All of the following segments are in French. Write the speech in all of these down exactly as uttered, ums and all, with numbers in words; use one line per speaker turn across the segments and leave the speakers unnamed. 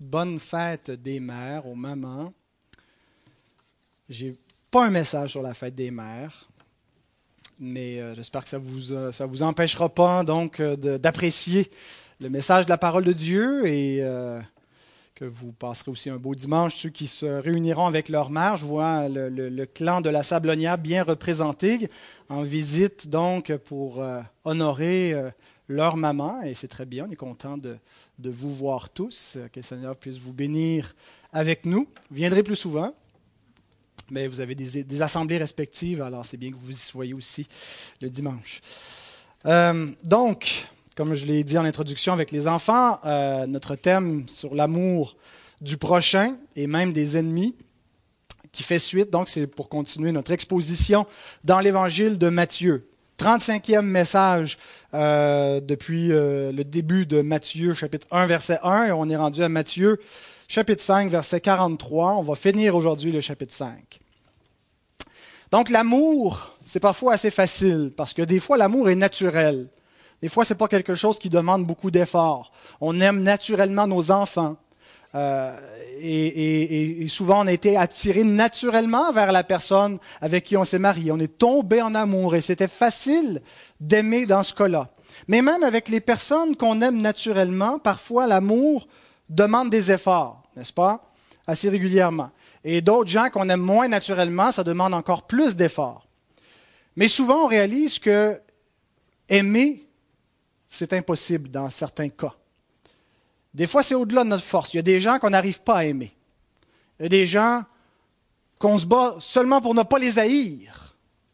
bonne fête des mères aux mamans. J'ai pas un message sur la fête des mères, mais euh, j'espère que ça vous euh, ça vous empêchera pas donc euh, de, d'apprécier le message de la parole de Dieu et euh, que vous passerez aussi un beau dimanche. Ceux qui se réuniront avec leur mère, je vois le, le, le clan de la Sablonnière bien représenté en visite donc pour euh, honorer euh, leur maman, et c'est très bien, on est content de, de vous voir tous, que le Seigneur puisse vous bénir avec nous. Vous viendrez plus souvent, mais vous avez des, des assemblées respectives, alors c'est bien que vous y soyez aussi le dimanche. Euh, donc, comme je l'ai dit en introduction avec les enfants, euh, notre thème sur l'amour du prochain et même des ennemis, qui fait suite, donc c'est pour continuer notre exposition dans l'évangile de Matthieu. trente-cinquième message euh, depuis euh, le début de Matthieu, chapitre un, verset un, et on est rendu à Matthieu, chapitre cinq, verset quarante-trois. On va finir aujourd'hui le chapitre cinq. Donc l'amour, c'est parfois assez facile, parce que des fois l'amour est naturel. Des fois, ce n'est pas quelque chose qui demande beaucoup d'efforts. On aime naturellement nos enfants. Euh, et, et, et souvent, on a été attiré naturellement vers la personne avec qui on s'est marié. On est tombé en amour et c'était facile d'aimer dans ce cas-là. Mais même avec les personnes qu'on aime naturellement, parfois l'amour demande des efforts, n'est-ce pas? Assez régulièrement. Et d'autres gens qu'on aime moins naturellement, ça demande encore plus d'efforts. Mais souvent, on réalise que aimer, c'est impossible dans certains cas. Des fois, c'est au-delà de notre force. Il y a des gens qu'on n'arrive pas à aimer. Il y a des gens qu'on se bat seulement pour ne pas les haïr.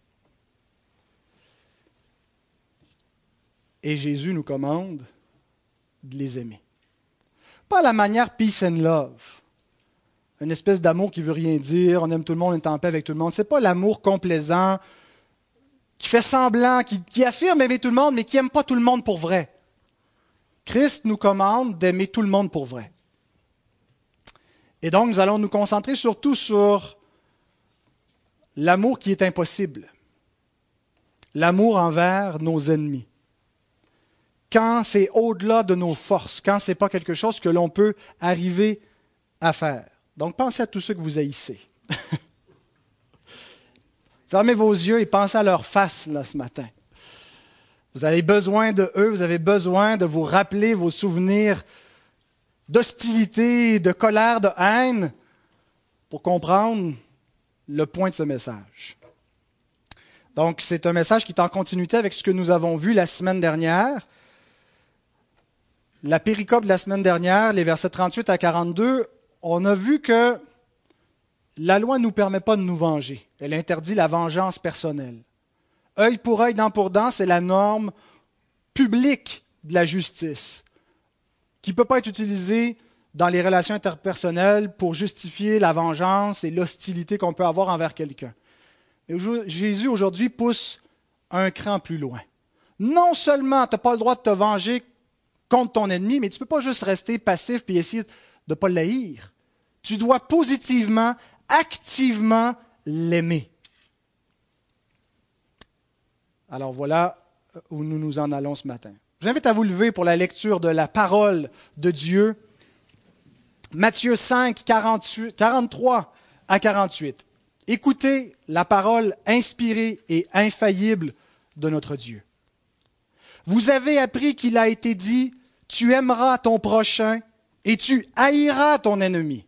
Et Jésus nous commande de les aimer. Pas à la manière peace and love. Une espèce d'amour qui ne veut rien dire, on aime tout le monde, on est en paix avec tout le monde. Ce n'est pas l'amour complaisant, qui fait semblant, qui, qui affirme aimer tout le monde, mais qui n'aime pas tout le monde pour vrai. Christ nous commande d'aimer tout le monde pour vrai. Et donc, nous allons nous concentrer surtout sur l'amour qui est impossible. L'amour envers nos ennemis. Quand c'est au-delà de nos forces, quand ce n'est pas quelque chose que l'on peut arriver à faire. Donc, pensez à tous ceux que vous haïssez. Fermez vos yeux et pensez à leur face là, ce matin. Vous avez besoin de eux, vous avez besoin de vous rappeler vos souvenirs d'hostilité, de colère, de haine, pour comprendre le point de ce message. Donc, c'est un message qui est en continuité avec ce que nous avons vu la semaine dernière. La péricope de la semaine dernière, les versets trente-huit à quarante-deux, on a vu que la loi ne nous permet pas de nous venger. Elle interdit la vengeance personnelle. Œil pour œil, dent pour dent, c'est la norme publique de la justice, qui ne peut pas être utilisée dans les relations interpersonnelles pour justifier la vengeance et l'hostilité qu'on peut avoir envers quelqu'un. Et Jésus, aujourd'hui, pousse un cran plus loin. Non seulement tu n'as pas le droit de te venger contre ton ennemi, mais tu ne peux pas juste rester passif et essayer de ne pas l'haïr. Tu dois positivement, activement l'aimer. Alors voilà où nous nous en allons ce matin. J'invite à vous lever pour la lecture de la parole de Dieu. Matthieu cinq, quarante-huit, quarante-trois à quarante-huit. Écoutez la parole inspirée et infaillible de notre Dieu. Vous avez appris qu'il a été dit, tu aimeras ton prochain et tu haïras ton ennemi.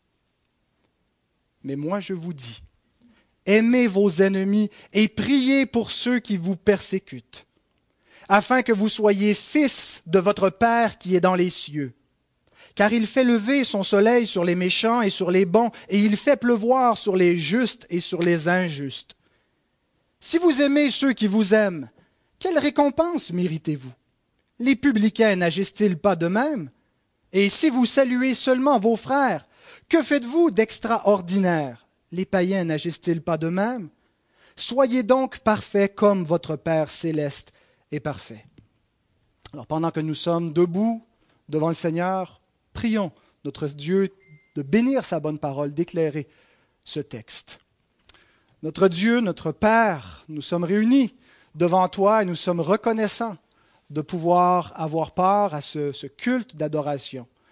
Mais moi je vous dis, aimez vos ennemis et priez pour ceux qui vous persécutent, afin que vous soyez fils de votre Père qui est dans les cieux. Car il fait lever son soleil sur les méchants et sur les bons, et il fait pleuvoir sur les justes et sur les injustes. Si vous aimez ceux qui vous aiment, quelle récompense méritez-vous? Les publicains n'agissent-ils pas de même? Et si vous saluez seulement vos frères, que faites-vous d'extraordinaire? Les païens n'agissent-ils pas de même? Soyez donc parfaits comme votre Père céleste est parfait. Alors pendant que nous sommes debout devant le Seigneur, prions notre Dieu de bénir sa bonne parole, d'éclairer ce texte. Notre Dieu, notre Père, nous sommes réunis devant toi et nous sommes reconnaissants de pouvoir avoir part à ce, ce culte d'adoration.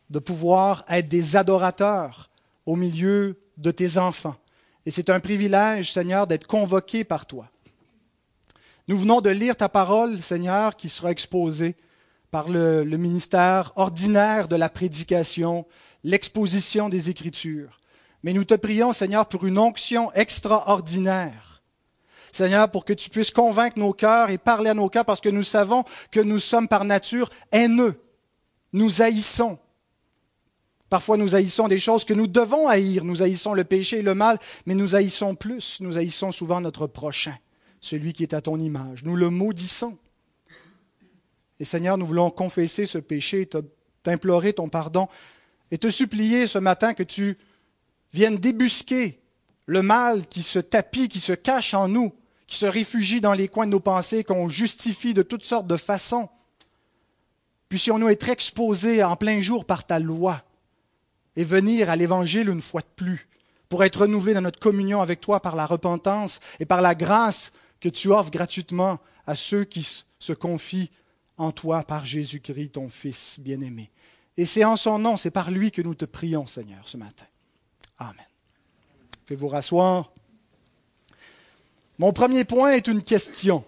de pouvoir être des adorateurs au milieu de tes enfants. Et c'est un privilège, Seigneur, d'être convoqués par toi. Nous venons de lire ta parole, Seigneur, qui sera exposée par le, le ministère ordinaire de la prédication, l'exposition des Écritures. Mais nous te prions, Seigneur, pour une onction extraordinaire. Seigneur, pour que tu puisses convaincre nos cœurs et parler à nos cœurs, parce que nous savons que nous sommes par nature haineux. Nous haïssons. Parfois, nous haïssons des choses que nous devons haïr. Nous haïssons le péché et le mal, mais nous haïssons plus. Nous haïssons souvent notre prochain, celui qui est à ton image. Nous le maudissons. Et Seigneur, nous voulons confesser ce péché, t'implorer ton pardon et te supplier ce matin que tu viennes débusquer le mal qui se tapit, qui se cache en nous, qui se réfugie dans les coins de nos pensées, qu'on justifie de toutes sortes de façons. Puissions-nous être exposés en plein jour par ta loi et venir à l'Évangile une fois de plus, pour être renouvelés dans notre communion avec toi par la repentance et par la grâce que tu offres gratuitement à ceux qui se confient en toi par Jésus-Christ, ton Fils bien-aimé. Et c'est en son nom, c'est par lui que nous te prions, Seigneur, ce matin. Amen. Faites-vous rasseoir. Mon premier point est une question.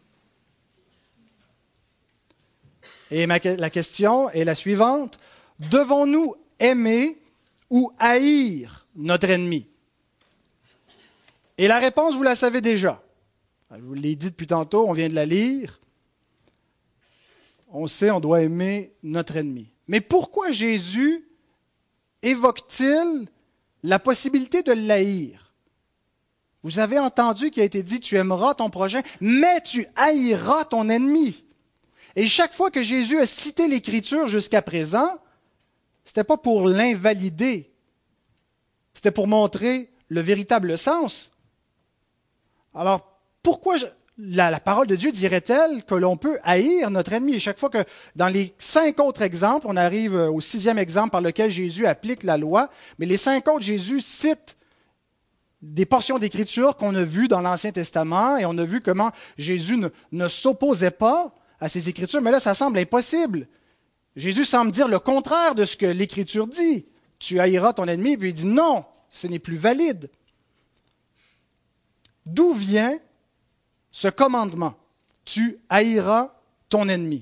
Et ma, la question est la suivante. Devons-nous aimer ou haïr notre ennemi? Et la réponse, vous la savez déjà. Je vous l'ai dit depuis tantôt, on vient de la lire. On sait, on doit aimer notre ennemi. Mais pourquoi Jésus évoque-t-il la possibilité de l'haïr? Vous avez entendu qu'il a été dit, tu aimeras ton prochain, mais tu haïras ton ennemi. Et chaque fois que Jésus a cité l'Écriture jusqu'à présent, ce n'était pas pour l'invalider, c'était pour montrer le véritable sens. Alors, pourquoi je, la, la parole de Dieu dirait-elle que l'on peut haïr notre ennemi? Et chaque fois que, dans les cinq autres exemples, on arrive au sixième exemple par lequel Jésus applique la loi, mais les cinq autres, Jésus cite des portions d'Écriture qu'on a vues dans l'Ancien Testament, et on a vu comment Jésus ne, ne s'opposait pas à ces Écritures, mais là, ça semble impossible. Jésus semble dire le contraire de ce que l'Écriture dit. Tu haïras ton ennemi, puis il dit non, ce n'est plus valide. D'où vient ce commandement? Tu haïras ton ennemi.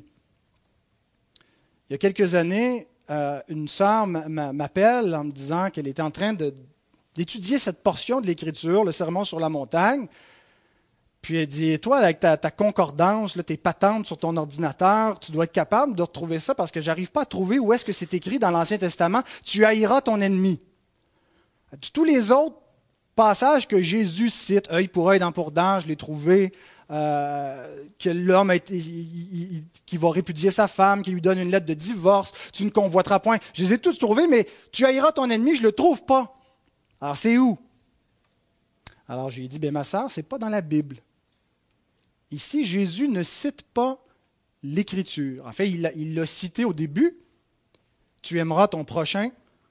Il y a quelques années, euh, une sœur m'appelle en me disant qu'elle était en train de, d'étudier cette portion de l'Écriture, le Sermon sur la montagne. Puis elle dit, toi, avec ta, ta concordance, là, tes patentes sur ton ordinateur, tu dois être capable de retrouver ça parce que je n'arrive pas à trouver où est-ce que c'est écrit dans l'Ancien Testament, tu haïras ton ennemi. Tous les autres passages que Jésus cite, œil pour œil, dent pour dent, je l'ai trouvé, euh, que l'homme a été, il, il, qui va répudier sa femme, qui lui donne une lettre de divorce, tu ne convoiteras point. Je les ai tous trouvés, mais tu haïras ton ennemi, je ne le trouve pas. Alors c'est où? Alors je lui ai dit, bien ma sœur, ce n'est pas dans la Bible. Ici, Jésus ne cite pas l'Écriture. En fait, il l'a, il l'a cité au début. Tu aimeras ton prochain.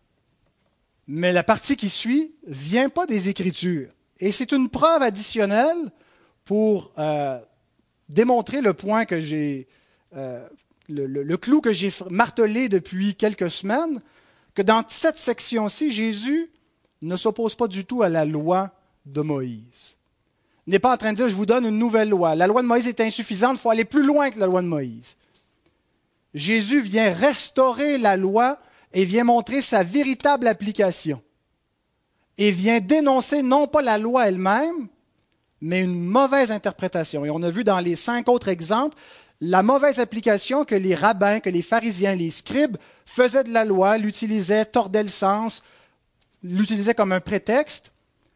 Mais la partie qui suit ne vient pas des Écritures. Et c'est une preuve additionnelle pour euh, démontrer le point que j'ai, euh, le, le, le clou que j'ai martelé depuis quelques semaines, que dans cette section-ci, Jésus ne s'oppose pas du tout à la loi de Moïse. Il n'est pas en train de dire, je vous donne une nouvelle loi. La loi de Moïse est insuffisante, il faut aller plus loin que la loi de Moïse. Jésus vient restaurer la loi et vient montrer sa véritable application. Et vient dénoncer non pas la loi elle-même, mais une mauvaise interprétation. Et on a vu dans les cinq autres exemples la mauvaise application que les rabbins, que les pharisiens, les scribes faisaient de la loi, l'utilisaient, tordaient le sens, l'utilisaient comme un prétexte.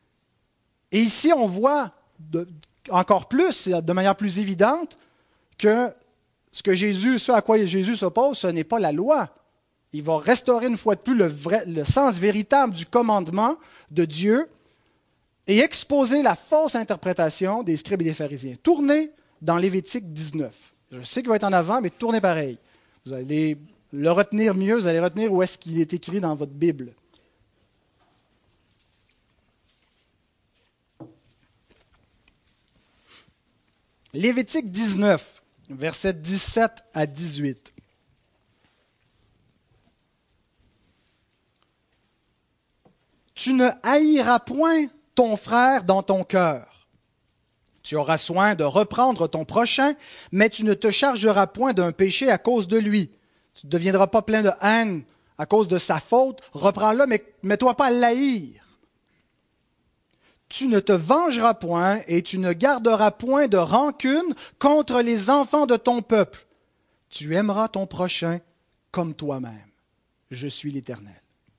Et ici, on voit de, encore plus, de manière plus évidente, que ce que Jésus, ce à quoi Jésus s'oppose, ce n'est pas la loi. Il va restaurer une fois de plus le, vrai, le sens véritable du commandement de Dieu et exposer la fausse interprétation des scribes et des pharisiens. Tournez dans Lévitique dix-neuf. Je sais qu'il va être en avant, mais tournez pareil. Vous allez le retenir mieux, vous allez retenir où est-ce qu'il est écrit dans votre Bible. Lévitique dix-neuf, versets dix-sept à dix-huit. Tu ne haïras point ton frère dans ton cœur. Tu auras soin de reprendre ton prochain, mais tu ne te chargeras point d'un péché à cause de lui. Tu ne deviendras pas plein de haine à cause de sa faute. Reprends-le, mais mets-toi pas à l'haïr. Tu ne te vengeras point et tu ne garderas point de rancune contre les enfants de ton peuple. Tu aimeras ton prochain comme toi-même. Je suis l'Éternel.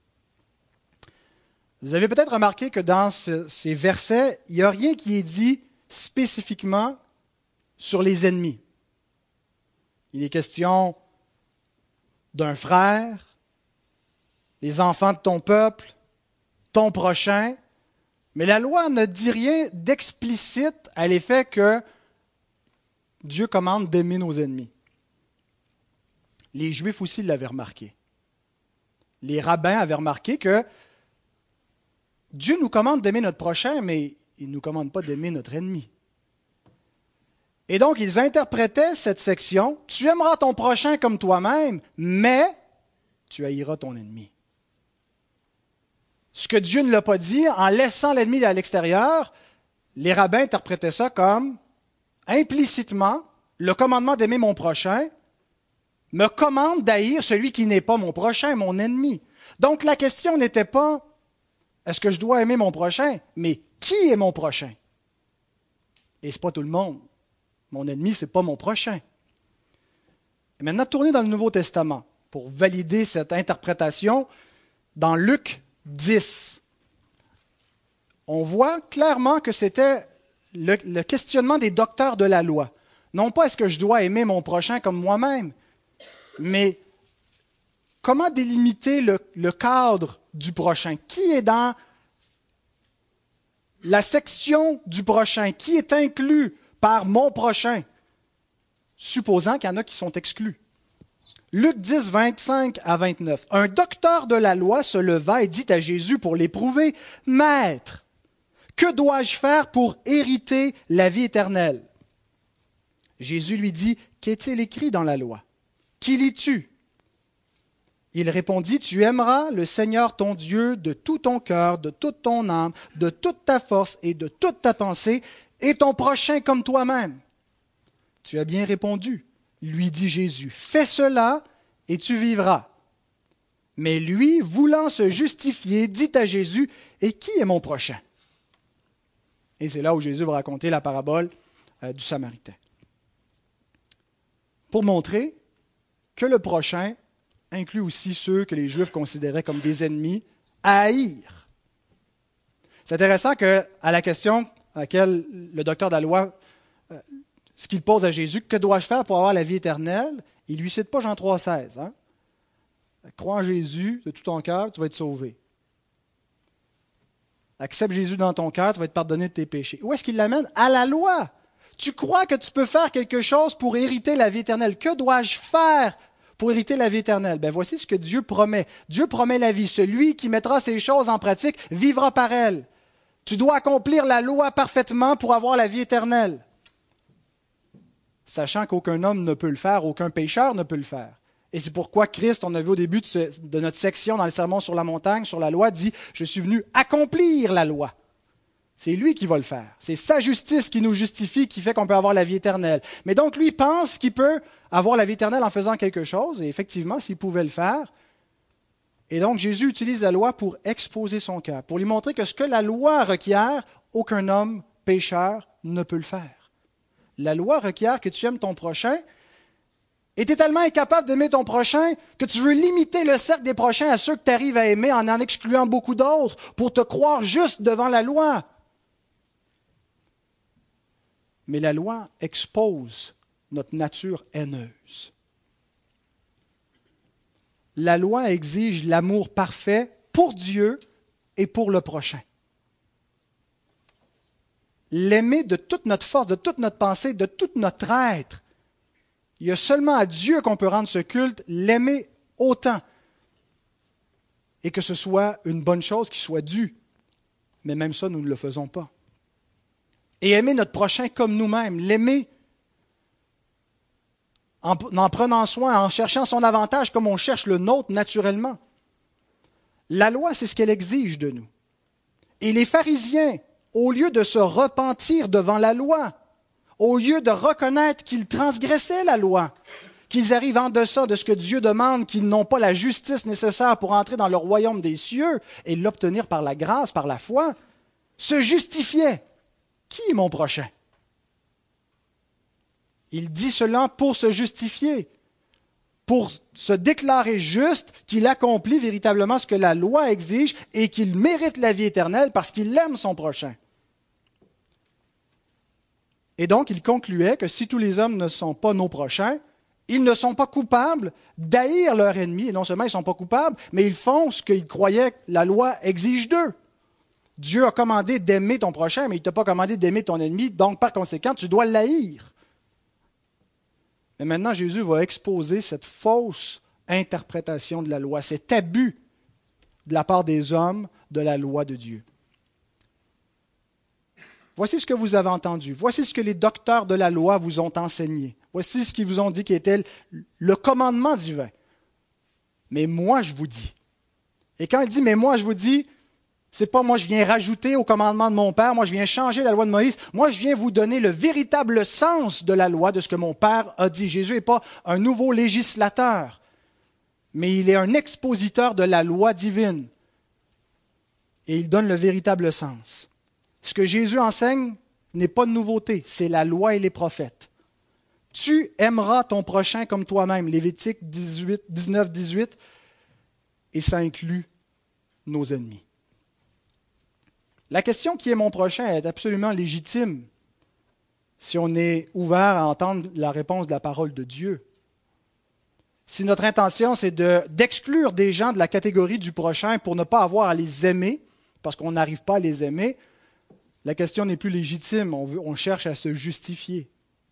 Vous avez peut-être remarqué que dans ce, ces versets, il n'y a rien qui est dit spécifiquement sur les ennemis. Il est question d'un frère, les enfants de ton peuple, ton prochain, mais la loi ne dit rien d'explicite à l'effet que Dieu commande d'aimer nos ennemis. Les Juifs aussi l'avaient remarqué. Les rabbins avaient remarqué que Dieu nous commande d'aimer notre prochain, mais il ne nous commande pas d'aimer notre ennemi. Et donc, ils interprétaient cette section, « Tu aimeras ton prochain comme toi-même, mais tu haïras ton ennemi. » Ce que Dieu ne l'a pas dit, en laissant l'ennemi à l'extérieur, les rabbins interprétaient ça comme, implicitement, le commandement d'aimer mon prochain me commande d'haïr celui qui n'est pas mon prochain, mon ennemi. Donc, la question n'était pas, est-ce que je dois aimer mon prochain? Mais qui est mon prochain? Et ce n'est pas tout le monde. Mon ennemi, ce n'est pas mon prochain. Et maintenant, tournez dans le Nouveau Testament pour valider cette interprétation. Dans Luc dix, on voit clairement que c'était le, le questionnement des docteurs de la loi. Non pas est-ce que je dois aimer mon prochain comme moi-même, mais comment délimiter le, le cadre du prochain? Qui est dans la section du prochain? Qui est inclus par mon prochain? Supposant qu'il y en a qui sont exclus. Luc dix, vingt-cinq à vingt-neuf. Un docteur de la loi se leva et dit à Jésus pour l'éprouver, « Maître, que dois-je faire pour hériter la vie éternelle? » Jésus lui dit, « Qu'est-il écrit dans la loi? Qui lis-tu? » Il répondit, « Tu aimeras le Seigneur ton Dieu de tout ton cœur, de toute ton âme, de toute ta force et de toute ta pensée, et ton prochain comme toi-même. » « Tu as bien répondu, » lui dit Jésus, « fais cela et tu vivras. » Mais lui, voulant se justifier, dit à Jésus, « Et qui est mon prochain? » Et c'est là où Jésus va raconter la parabole euh, du Samaritain. Pour montrer que le prochain inclut aussi ceux que les Juifs considéraient comme des ennemis à haïr. C'est intéressant qu'à la question à laquelle le docteur de la loi, euh, ce qu'il pose à Jésus, « Que dois-je faire pour avoir la vie éternelle? » Il ne lui cite pas Jean trois seize. Hein? Crois en Jésus de tout ton cœur, tu vas être sauvé. Accepte Jésus dans ton cœur, tu vas être pardonné de tes péchés. Où est-ce qu'il l'amène? À la loi. Tu crois que tu peux faire quelque chose pour hériter la vie éternelle. Que dois-je faire pour hériter la vie éternelle? Ben voici ce que Dieu promet. Dieu promet la vie. Celui qui mettra ces choses en pratique vivra par elles. Tu dois accomplir la loi parfaitement pour avoir la vie éternelle. Sachant qu'aucun homme ne peut le faire, aucun pécheur ne peut le faire. Et c'est pourquoi Christ, on a vu au début de, ce, de notre section dans le Sermon sur la montagne, sur la loi, dit « Je suis venu accomplir la loi ». C'est lui qui va le faire. C'est sa justice qui nous justifie, qui fait qu'on peut avoir la vie éternelle. Mais donc, lui pense qu'il peut avoir la vie éternelle en faisant quelque chose, et effectivement, s'il pouvait le faire. Et donc, Jésus utilise la loi pour exposer son cœur, pour lui montrer que ce que la loi requiert, aucun homme pécheur ne peut le faire. La loi requiert que tu aimes ton prochain, et tu es tellement incapable d'aimer ton prochain que tu veux limiter le cercle des prochains à ceux que tu arrives à aimer en en excluant beaucoup d'autres pour te croire juste devant la loi. Mais la loi expose notre nature haineuse. La loi exige l'amour parfait pour Dieu et pour le prochain. L'aimer de toute notre force, de toute notre pensée, de tout notre être. Il y a seulement à Dieu qu'on peut rendre ce culte, l'aimer autant. Et que ce soit une bonne chose qui soit due. Mais même ça, nous ne le faisons pas. Et aimer notre prochain comme nous-mêmes, l'aimer en, en prenant soin, en cherchant son avantage comme on cherche le nôtre naturellement. La loi, c'est ce qu'elle exige de nous. Et les pharisiens, au lieu de se repentir devant la loi, au lieu de reconnaître qu'ils transgressaient la loi, qu'ils arrivent en deçà de ce que Dieu demande, qu'ils n'ont pas la justice nécessaire pour entrer dans le royaume des cieux et l'obtenir par la grâce, par la foi, se justifiaient. Qui est mon prochain? Il dit cela pour se justifier, pour se déclarer juste, qu'il accomplit véritablement ce que la loi exige et qu'il mérite la vie éternelle parce qu'il aime son prochain. Et donc, il concluait que si tous les hommes ne sont pas nos prochains, ils ne sont pas coupables d'haïr leur ennemi. Et non seulement ils ne sont pas coupables, mais ils font ce qu'ils croyaient que la loi exige d'eux. Dieu a commandé d'aimer ton prochain, mais il ne t'a pas commandé d'aimer ton ennemi, donc par conséquent, tu dois l'haïr. Mais maintenant, Jésus va exposer cette fausse interprétation de la loi, cet abus de la part des hommes de la loi de Dieu. Voici ce que vous avez entendu. Voici ce que les docteurs de la loi vous ont enseigné. Voici ce qu'ils vous ont dit qui était le commandement divin. Mais moi, je vous dis. Et quand il dit « mais moi, je vous dis », c'est pas moi, je viens rajouter au commandement de mon Père, moi, je viens changer la loi de Moïse. Moi, je viens vous donner le véritable sens de la loi, de ce que mon Père a dit. Jésus n'est pas un nouveau législateur, mais il est un expositeur de la loi divine. Et il donne le véritable sens. Ce que Jésus enseigne n'est pas de nouveauté, c'est la loi et les prophètes. Tu aimeras ton prochain comme toi-même, Lévitique dix-huit, dix-neuf, dix-huit, et ça inclut nos ennemis. La question qui est mon prochain est absolument légitime si on est ouvert à entendre la réponse de la parole de Dieu. Si notre intention, c'est de, d'exclure des gens de la catégorie du prochain pour ne pas avoir à les aimer, parce qu'on n'arrive pas à les aimer, la question n'est plus légitime, on, veut, on cherche à se justifier.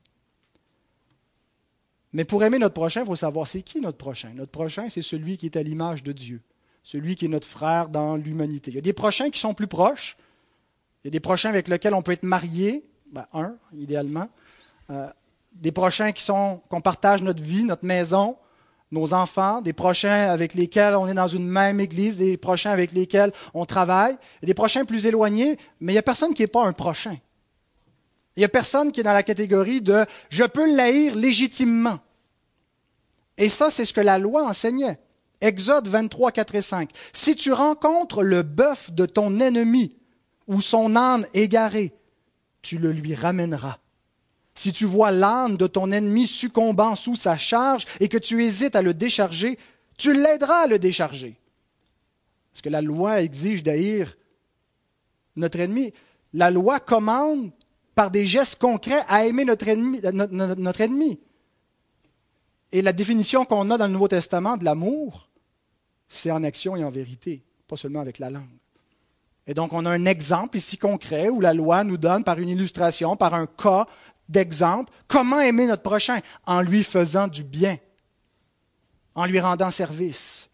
Mais pour aimer notre prochain, il faut savoir c'est qui notre prochain. Notre prochain, c'est celui qui est à l'image de Dieu, celui qui est notre frère dans l'humanité. Il y a des prochains qui sont plus proches, il y a des prochains avec lesquels on peut être marié, ben un, idéalement, euh, des prochains qui sont, qu'on partage notre vie, notre maison, nos enfants, des prochains avec lesquels on est dans une même église, des prochains avec lesquels on travaille, et des prochains plus éloignés, mais il n'y a personne qui n'est pas un prochain. Il n'y a personne qui est dans la catégorie de « je peux l'haïr légitimement ». Et ça, c'est ce que la loi enseignait. Exode vingt-trois, quatre et cinq. « Si tu rencontres le bœuf de ton ennemi ou son âne égaré, tu le lui ramèneras. Si tu vois l'âne de ton ennemi succombant sous sa charge et que tu hésites à le décharger, tu l'aideras à le décharger. » Parce que la loi exige d'haïr notre ennemi. La loi commande par des gestes concrets à aimer notre ennemi, notre, notre ennemi. Et la définition qu'on a dans le Nouveau Testament de l'amour, c'est en action et en vérité, pas seulement avec la langue. Et donc, on a un exemple ici concret où la loi nous donne par une illustration, par un cas d'exemple, comment aimer notre prochain en lui faisant du bien, en lui rendant service.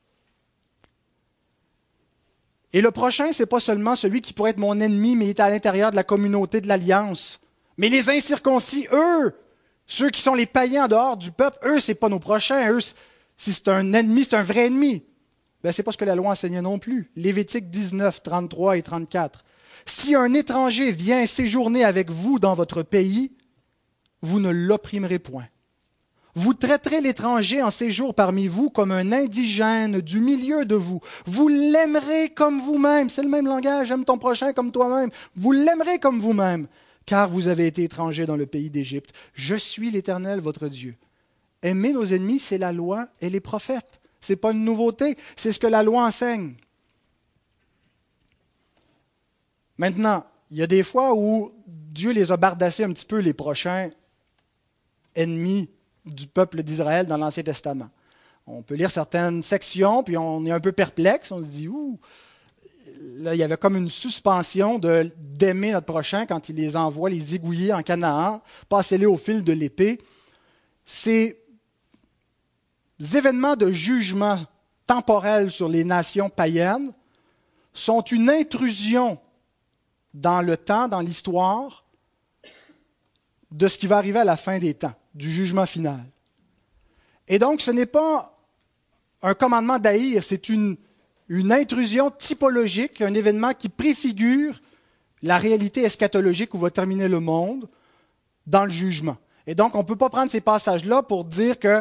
Et le prochain, ce n'est pas seulement celui qui pourrait être mon ennemi, mais il est à l'intérieur de la communauté de l'Alliance. Mais les incirconcis, eux, ceux qui sont les païens en dehors du peuple, eux, ce n'est pas nos prochains. Eux, si c'est un ennemi, c'est un vrai ennemi. Ben, ce n'est pas ce que la loi enseignait non plus. Lévitique dix-neuf, trente-trois et trente-quatre. Si un étranger vient séjourner avec vous dans votre pays, vous ne l'opprimerez point. Vous traiterez l'étranger en séjour parmi vous comme un indigène du milieu de vous. Vous l'aimerez comme vous-même. C'est le même langage, aime ton prochain comme toi-même. Vous l'aimerez comme vous-même, car vous avez été étranger dans le pays d'Égypte. Je suis l'Éternel, votre Dieu. Aimer nos ennemis, c'est la loi et les prophètes. Ce n'est pas une nouveauté, c'est ce que la loi enseigne. Maintenant, il y a des fois où Dieu les a bardassés un petit peu, les prochains ennemis du peuple d'Israël dans l'Ancien Testament. On peut lire certaines sections, puis on est un peu perplexe, on se dit, ouh, là, il y avait comme une suspension de, d'aimer notre prochain quand il les envoie, les égouiller en Canaan, passer-les au fil de l'épée. Ces événements de jugement temporel sur les nations païennes sont une intrusion dans le temps, dans l'histoire, de ce qui va arriver à la fin des temps, du jugement final. Et donc, ce n'est pas un commandement d'haïr, c'est une une intrusion typologique, un événement qui préfigure la réalité eschatologique où va terminer le monde dans le jugement. Et donc, on ne peut pas prendre ces passages-là pour dire que,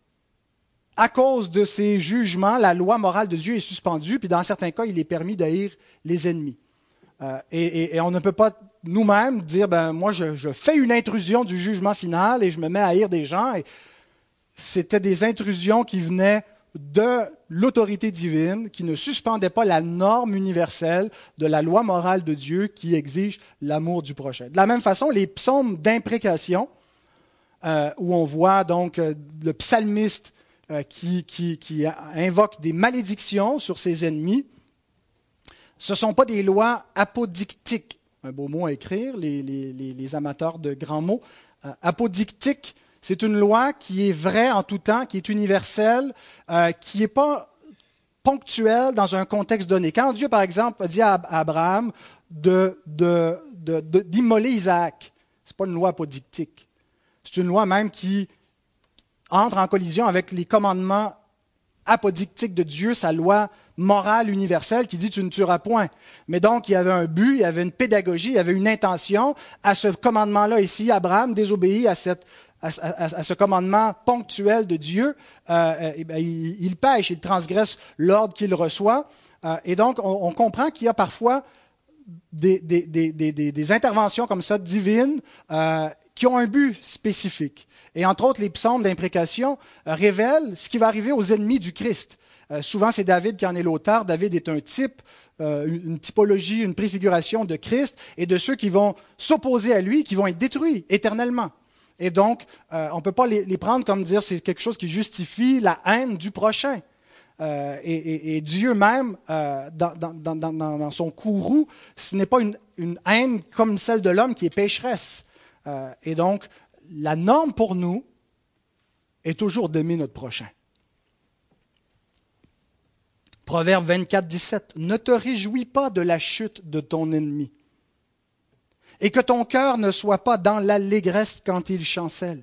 à cause de ces jugements, la loi morale de Dieu est suspendue, puis dans certains cas, il est permis d'haïr les ennemis. Euh, et, et, et on ne peut pas nous-mêmes dire, ben moi, je, je fais une intrusion du jugement final et je me mets à haïr des gens. Et c'était des intrusions qui venaient de l'autorité divine, qui ne suspendaient pas la norme universelle de la loi morale de Dieu qui exige l'amour du prochain. De la même façon, les psaumes d'imprécation, euh, où on voit donc euh, le psalmiste euh, qui, qui, qui invoque des malédictions sur ses ennemis, ce ne sont pas des lois apodictiques. Un beau mot à écrire, les, les, les, les amateurs de grands mots. Euh, apodictique, c'est une loi qui est vraie en tout temps, qui est universelle, euh, qui n'est pas ponctuelle dans un contexte donné. Quand Dieu, par exemple, a dit à Abraham de, de, de, de, d'immoler Isaac, ce n'est pas une loi apodictique. C'est une loi même qui entre en collision avec les commandements apodictiques de Dieu, sa loi morale universelle qui dit « tu ne tueras point ». Mais donc, il y avait un but, il y avait une pédagogie, il y avait une intention à ce commandement-là ici. Abraham désobéit à, cette, à, à, à ce commandement ponctuel de Dieu. Euh, et bien, il, il pêche, il transgresse l'ordre qu'il reçoit. Euh, et donc, on, on comprend qu'il y a parfois des, des, des, des, des interventions comme ça divines euh, qui ont un but spécifique. Et entre autres, les psaumes d'imprécation euh, révèlent ce qui va arriver aux ennemis du Christ. Euh, souvent, c'est David qui en est l'auteur. David est un type, euh, une typologie, une préfiguration de Christ et de ceux qui vont s'opposer à lui, qui vont être détruits éternellement. Et donc, euh, on ne peut pas les, les prendre comme dire c'est quelque chose qui justifie la haine du prochain. Euh, et, et, et Dieu même, euh, dans, dans, dans, dans, dans son courroux, ce n'est pas une, une haine comme celle de l'homme qui est pécheresse. Euh, et donc, la norme pour nous est toujours d'aimer notre prochain. Proverbe vingt-quatre, dix-sept. Ne te réjouis pas de la chute de ton ennemi, et que ton cœur ne soit pas dans l'allégresse quand il chancelle.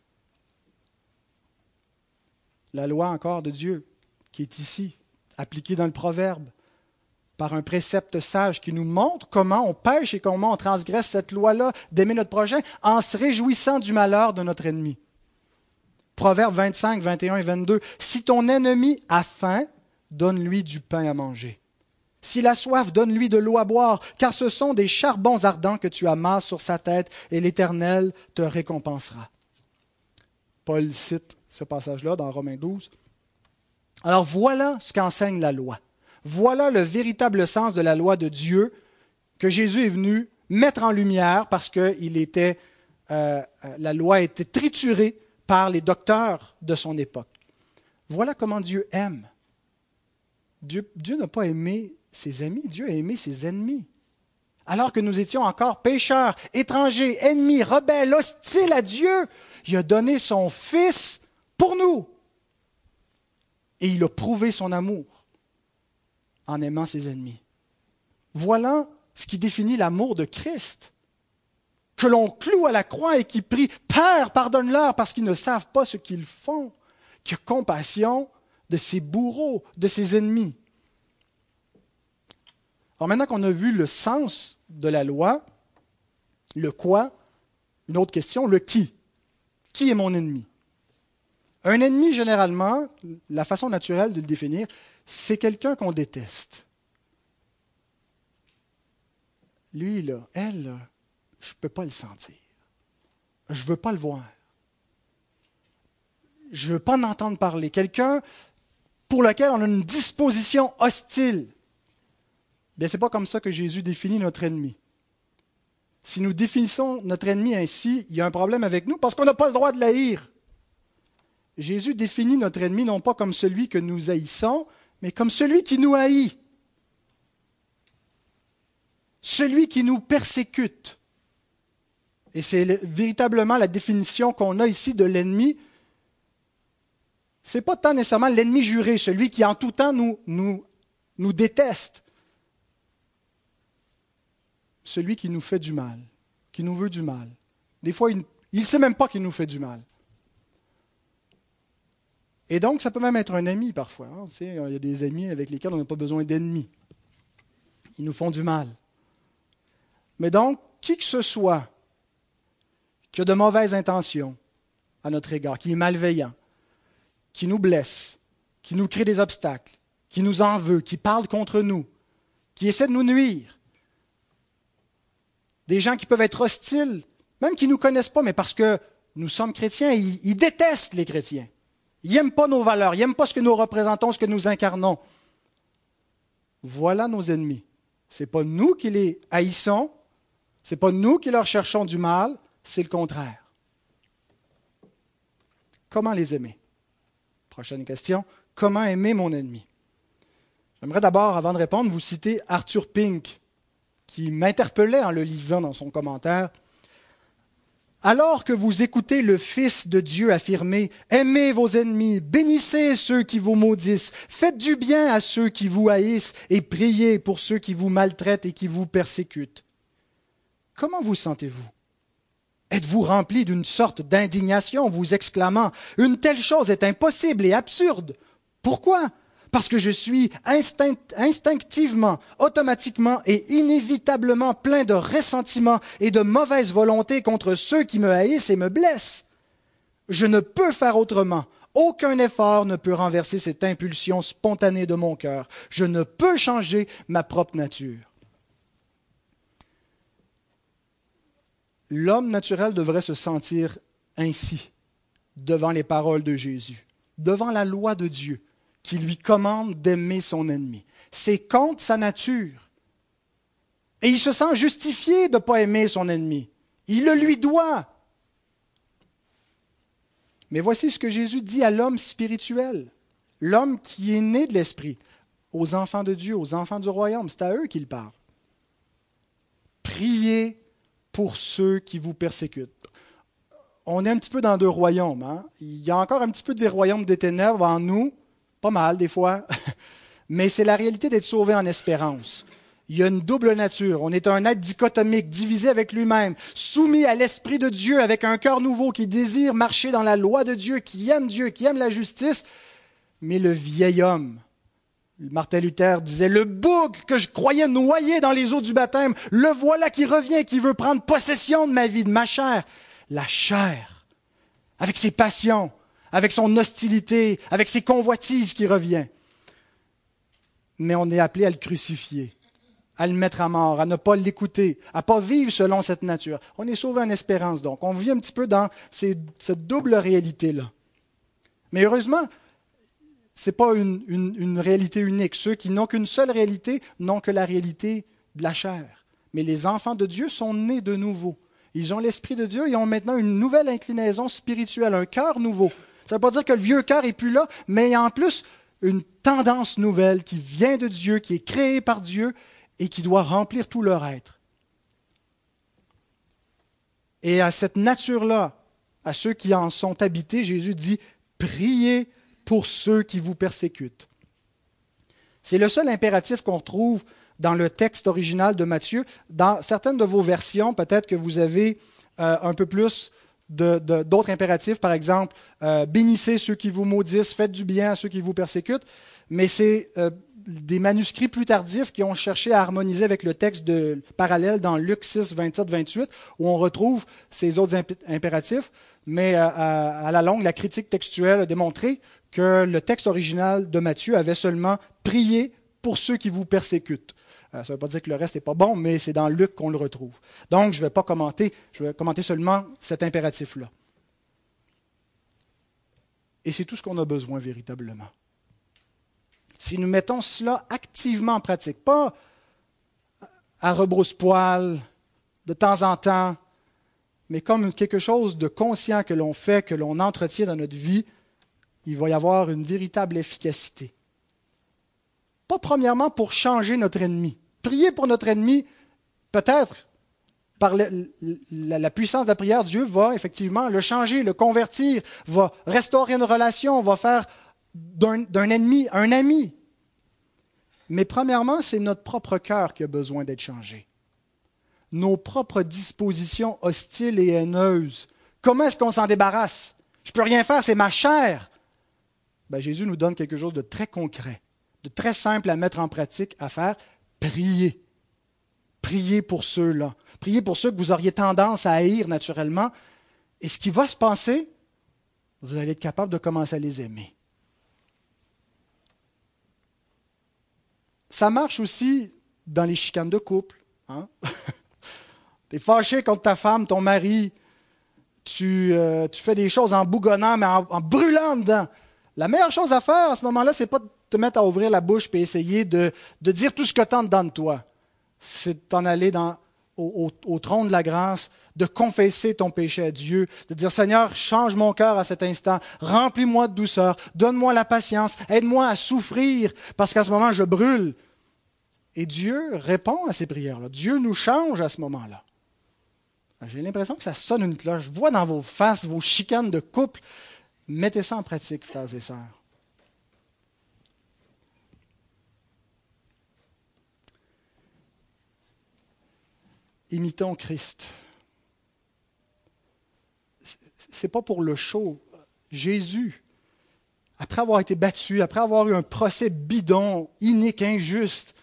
La loi encore de Dieu, qui est ici, appliquée dans le Proverbe, par un précepte sage qui nous montre comment on pêche et comment on transgresse cette loi-là d'aimer notre prochain en se réjouissant du malheur de notre ennemi. Proverbe vingt-cinq, vingt et un et vingt-deux. Si ton ennemi a faim, donne-lui du pain à manger. S'il a soif, donne-lui de l'eau à boire, car ce sont des charbons ardents que tu amasses sur sa tête, et l'Éternel te récompensera. Paul cite ce passage-là dans Romains douze. Alors voilà ce qu'enseigne la loi. Voilà le véritable sens de la loi de Dieu que Jésus est venu mettre en lumière parce que il était, euh, la loi était triturée par les docteurs de son époque. Voilà comment Dieu aime. Dieu, Dieu n'a pas aimé ses amis, Dieu a aimé ses ennemis. Alors que nous étions encore pécheurs, étrangers, ennemis, rebelles, hostiles à Dieu, il a donné son Fils pour nous. Et il a prouvé son amour en aimant ses ennemis. Voilà ce qui définit l'amour de Christ, que l'on cloue à la croix et qui prie « Père, pardonne-leur parce qu'ils ne savent pas ce qu'ils font », qui a compassion de ses bourreaux, de ses ennemis. Alors maintenant qu'on a vu le sens de la loi, le quoi, une autre question, le qui. Qui est mon ennemi? Un ennemi, généralement, la façon naturelle de le définir, c'est quelqu'un qu'on déteste. Lui, là, elle, là, je ne peux pas le sentir. Je ne veux pas le voir. Je ne veux pas en entendre parler. Quelqu'un pour lequel on a une disposition hostile. Bien, ce n'est pas comme ça que Jésus définit notre ennemi. Si nous définissons notre ennemi ainsi, il y a un problème avec nous parce qu'on n'a pas le droit de l'haïr. Jésus définit notre ennemi non pas comme celui que nous haïssons, mais comme celui qui nous haït. Celui qui nous persécute. Et c'est le, véritablement la définition qu'on a ici de l'ennemi. Ce n'est pas tant nécessairement l'ennemi juré, celui qui en tout temps nous, nous, nous déteste. Celui qui nous fait du mal, qui nous veut du mal. Des fois, il ne sait même pas qu'il nous fait du mal. Et donc, ça peut même être un ami parfois. Hein. Tu sais, il y a des amis avec lesquels on n'a pas besoin d'ennemis. Ils nous font du mal. Mais donc, qui que ce soit qui a de mauvaises intentions à notre égard, qui est malveillant, qui nous blesse, qui nous crée des obstacles, qui nous en veut, qui parle contre nous, qui essaie de nous nuire, des gens qui peuvent être hostiles, même qui ne nous connaissent pas, mais parce que nous sommes chrétiens, ils, ils détestent les chrétiens. Ils n'aiment pas nos valeurs, ils n'aiment pas ce que nous représentons, ce que nous incarnons. Voilà nos ennemis. Ce n'est pas nous qui les haïssons, ce n'est pas nous qui leur cherchons du mal, c'est le contraire. Comment les aimer? Prochaine question. Comment aimer mon ennemi? J'aimerais d'abord, avant de répondre, vous citer Arthur Pink, qui m'interpellait en le lisant dans son commentaire. Alors que vous écoutez le Fils de Dieu affirmer « Aimez vos ennemis, bénissez ceux qui vous maudissent, faites du bien à ceux qui vous haïssent et priez pour ceux qui vous maltraitent et qui vous persécutent. » Comment vous sentez-vous? Êtes-vous rempli d'une sorte d'indignation, vous exclamant « Une telle chose est impossible et absurde. Pourquoi? Parce que je suis instinct, instinctivement, automatiquement et inévitablement plein de ressentiment et de mauvaise volonté contre ceux qui me haïssent et me blessent. Je ne peux faire autrement. Aucun effort ne peut renverser cette impulsion spontanée de mon cœur. Je ne peux changer ma propre nature. » L'homme naturel devrait se sentir ainsi devant les paroles de Jésus, devant la loi de Dieu qui lui commande d'aimer son ennemi. C'est contre sa nature. Et il se sent justifié de ne pas aimer son ennemi. Il le lui doit. Mais voici ce que Jésus dit à l'homme spirituel, l'homme qui est né de l'Esprit, aux enfants de Dieu, aux enfants du royaume. C'est à eux qu'il parle. Priez pour ceux qui vous persécutent. On est un petit peu dans deux royaumes. Hein? Il y a encore un petit peu des royaumes des ténèbres en nous, pas mal des fois, mais c'est la réalité d'être sauvé en espérance. Il y a une double nature. On est un être dichotomique, divisé avec lui-même, soumis à l'Esprit de Dieu, avec un cœur nouveau qui désire marcher dans la loi de Dieu, qui aime Dieu, qui aime la justice. Mais le vieil homme, Martin Luther disait, le bouc que je croyais noyé dans les eaux du baptême, le voilà qui revient, qui veut prendre possession de ma vie, de ma chair. La chair, avec ses passions, avec son hostilité, avec ses convoitises qui revient. Mais on est appelé à le crucifier, à le mettre à mort, à ne pas l'écouter, à ne pas vivre selon cette nature. On est sauvé en espérance, donc. On vit un petit peu dans ces, cette double réalité-là. Mais heureusement, ce n'est pas une, une, une réalité unique. Ceux qui n'ont qu'une seule réalité n'ont que la réalité de la chair. Mais les enfants de Dieu sont nés de nouveau. Ils ont l'Esprit de Dieu, ils ont maintenant une nouvelle inclinaison spirituelle, un cœur nouveau. Ça ne veut pas dire que le vieux cœur n'est plus là, mais il y a en plus une tendance nouvelle qui vient de Dieu, qui est créée par Dieu et qui doit remplir tout leur être. Et à cette nature-là, à ceux qui en sont habités, Jésus dit « Priez pour ceux qui vous persécutent ». C'est le seul impératif qu'on retrouve dans le texte original de Matthieu. Dans certaines de vos versions, peut-être que vous avez euh, un peu plus de, de, d'autres impératifs. Par exemple, euh, bénissez ceux qui vous maudissent, faites du bien à ceux qui vous persécutent. Mais c'est euh, des manuscrits plus tardifs qui ont cherché à harmoniser avec le texte de, parallèle dans Luc six, vingt-sept, vingt-huit, où on retrouve ces autres imp- impératifs. Mais euh, à, à la longue, la critique textuelle a démontré que le texte original de Matthieu avait seulement « prié pour ceux qui vous persécutent ». Ça ne veut pas dire que le reste n'est pas bon, mais c'est dans Luc qu'on le retrouve. Donc, je ne vais pas commenter, je vais commenter seulement cet impératif-là. Et c'est tout ce qu'on a besoin véritablement. Si nous mettons cela activement en pratique, pas à rebrousse-poil, de temps en temps, mais comme quelque chose de conscient que l'on fait, que l'on entretient dans notre vie, il va y avoir une véritable efficacité. Pas premièrement pour changer notre ennemi. Prier pour notre ennemi, peut-être, par le, la, la puissance de la prière, Dieu va effectivement le changer, le convertir, va restaurer une relation, va faire d'un, d'un ennemi un ami. Mais premièrement, c'est notre propre cœur qui a besoin d'être changé. Nos propres dispositions hostiles et haineuses. Comment est-ce qu'on s'en débarrasse? Je ne peux rien faire, c'est ma chair. ben Jésus nous donne quelque chose de très concret, de très simple à mettre en pratique, à faire, prier. Priez pour ceux-là. Priez pour ceux que vous auriez tendance à haïr naturellement. Et ce qui va se passer, vous allez être capable de commencer à les aimer. Ça marche aussi dans les chicanes de couple. Hein? Tu es fâché contre ta femme, ton mari, tu, euh, tu fais des choses en bougonnant, mais en, en brûlant dedans. La meilleure chose à faire à ce moment-là, c'est pas de te mettre à ouvrir la bouche et essayer de, de dire tout ce que tu as dedans de toi. C'est de t'en aller dans, au, au, au trône de la grâce, de confesser ton péché à Dieu, de dire « Seigneur, change mon cœur à cet instant, remplis-moi de douceur, donne-moi la patience, aide-moi à souffrir, parce qu'à ce moment, je brûle. » Et Dieu répond à ces prières-là. Dieu nous change à ce moment-là. J'ai l'impression que ça sonne une cloche. Je vois dans vos faces, vos chicanes de couple. Mettez ça en pratique, frères et sœurs. Imitons Christ. Ce n'est pas pour le show. Jésus, après avoir été battu, après avoir eu un procès bidon, inique, injuste,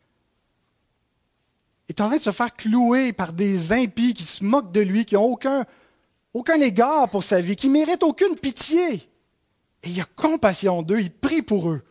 est en train de se faire clouer par des impies qui se moquent de lui, qui n'ont aucun, aucun égard pour sa vie, qui ne méritent aucune pitié. Et il a compassion d'eux, il prie pour eux.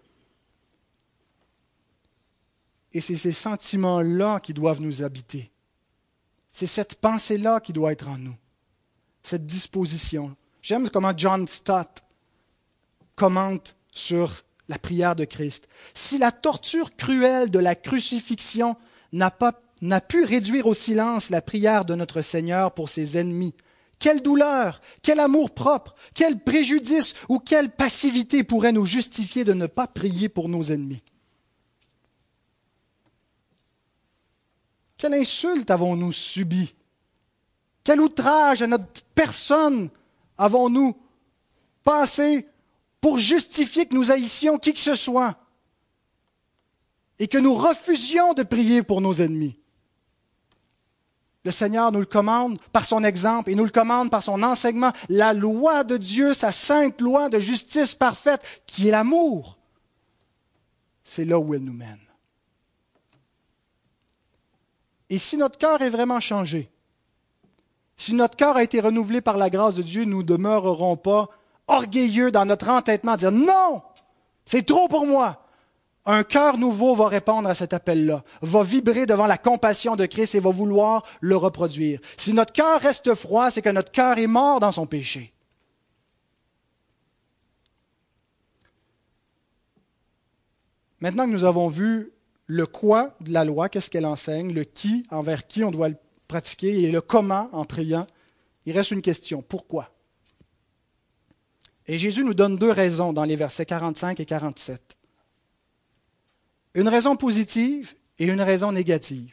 Et c'est ces sentiments-là qui doivent nous habiter. C'est cette pensée-là qui doit être en nous, cette disposition. J'aime comment John Stott commente sur la prière de Christ. Si la torture cruelle de la crucifixion n'a pas n'a pu réduire au silence la prière de notre Seigneur pour ses ennemis, quelle douleur, quel amour propre, quel préjudice ou quelle passivité pourrait nous justifier de ne pas prier pour nos ennemis? Quelle insulte avons-nous subi? Quel outrage à notre personne avons-nous passé pour justifier que nous haïssions qui que ce soit et que nous refusions de prier pour nos ennemis? Le Seigneur nous le commande par son exemple et nous le commande par son enseignement. La loi de Dieu, sa sainte loi de justice parfaite, qui est l'amour, c'est là où elle nous mène. Et si notre cœur est vraiment changé, si notre cœur a été renouvelé par la grâce de Dieu, nous ne demeurerons pas orgueilleux dans notre entêtement, à dire « Non, c'est trop pour moi ». Un cœur nouveau va répondre à cet appel-là, va vibrer devant la compassion de Christ et va vouloir le reproduire. Si notre cœur reste froid, c'est que notre cœur est mort dans son péché. Maintenant que nous avons vu le quoi de la loi, qu'est-ce qu'elle enseigne, le qui, envers qui on doit le pratiquer, et le comment en priant, il reste une question. Pourquoi? Et Jésus nous donne deux raisons dans les versets quarante-cinq et quarante-sept. Une raison positive et une raison négative.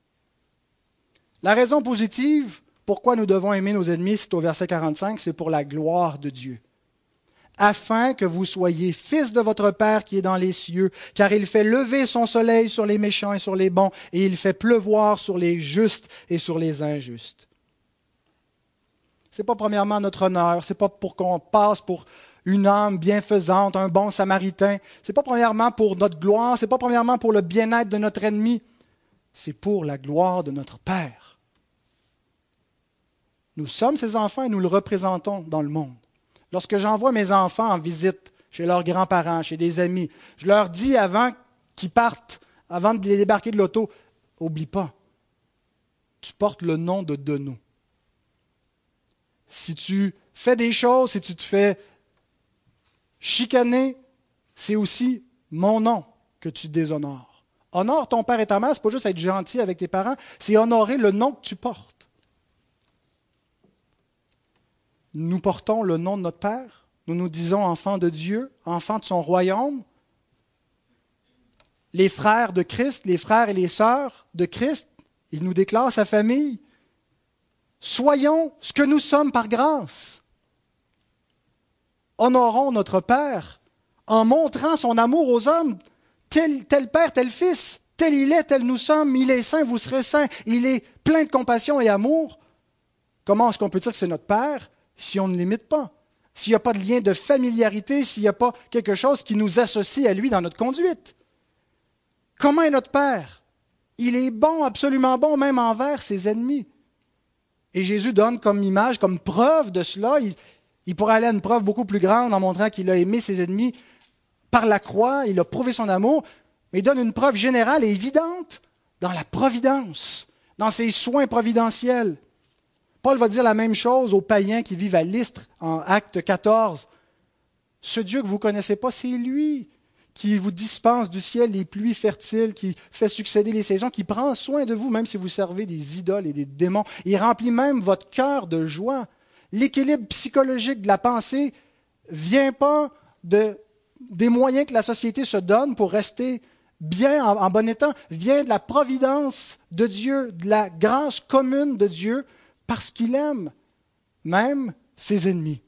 La raison positive, pourquoi nous devons aimer nos ennemis, c'est au verset quarante-cinq, c'est pour la gloire de Dieu. Afin que vous soyez fils de votre Père qui est dans les cieux, car il fait lever son soleil sur les méchants et sur les bons, et il fait pleuvoir sur les justes et sur les injustes. Ce n'est pas premièrement notre honneur, ce n'est pas pour qu'on passe pour une âme bienfaisante, un bon samaritain. Ce n'est pas premièrement pour notre gloire, ce n'est pas premièrement pour le bien-être de notre ennemi, c'est pour la gloire de notre Père. Nous sommes ses enfants et nous le représentons dans le monde. Lorsque j'envoie mes enfants en visite chez leurs grands-parents, chez des amis, je leur dis avant qu'ils partent, avant de les débarquer de l'auto, oublie pas, tu portes le nom de Deneau. Si tu fais des choses, si tu te fais chicaner, c'est aussi mon nom que tu déshonores. Honore ton père et ta mère, ce n'est pas juste être gentil avec tes parents, c'est honorer le nom que tu portes. Nous portons le nom de notre Père, nous nous disons enfants de Dieu, enfants de son royaume, les frères de Christ, les frères et les sœurs de Christ, il nous déclare sa famille. Soyons ce que nous sommes par grâce. Honorons notre Père en montrant son amour aux hommes. Tel, tel Père, tel Fils, tel il est, tel nous sommes. Il est saint, vous serez saints. Il est plein de compassion et amour. Comment est-ce qu'on peut dire que c'est notre Père si on ne l'imite pas? s'il n'y a pas de lien de familiarité, s'il n'y a pas quelque chose qui nous associe à lui dans notre conduite? Comment est notre Père? Il est bon, absolument bon, même envers ses ennemis. Et Jésus donne comme image, comme preuve de cela, il, il pourrait aller à une preuve beaucoup plus grande en montrant qu'il a aimé ses ennemis par la croix, il a prouvé son amour, mais il donne une preuve générale et évidente dans la providence, dans ses soins providentiels. Paul va dire la même chose aux païens qui vivent à Lystre en Acte quatorze. Ce Dieu que vous ne connaissez pas, c'est lui qui vous dispense du ciel les pluies fertiles, qui fait succéder les saisons, qui prend soin de vous, même si vous servez des idoles et des démons. Il remplit même votre cœur de joie. L'équilibre psychologique de la pensée ne vient pas de, des moyens que la société se donne pour rester bien, en, en bon état, vient de la providence de Dieu, de la grâce commune de Dieu, parce qu'il aime même ses ennemis.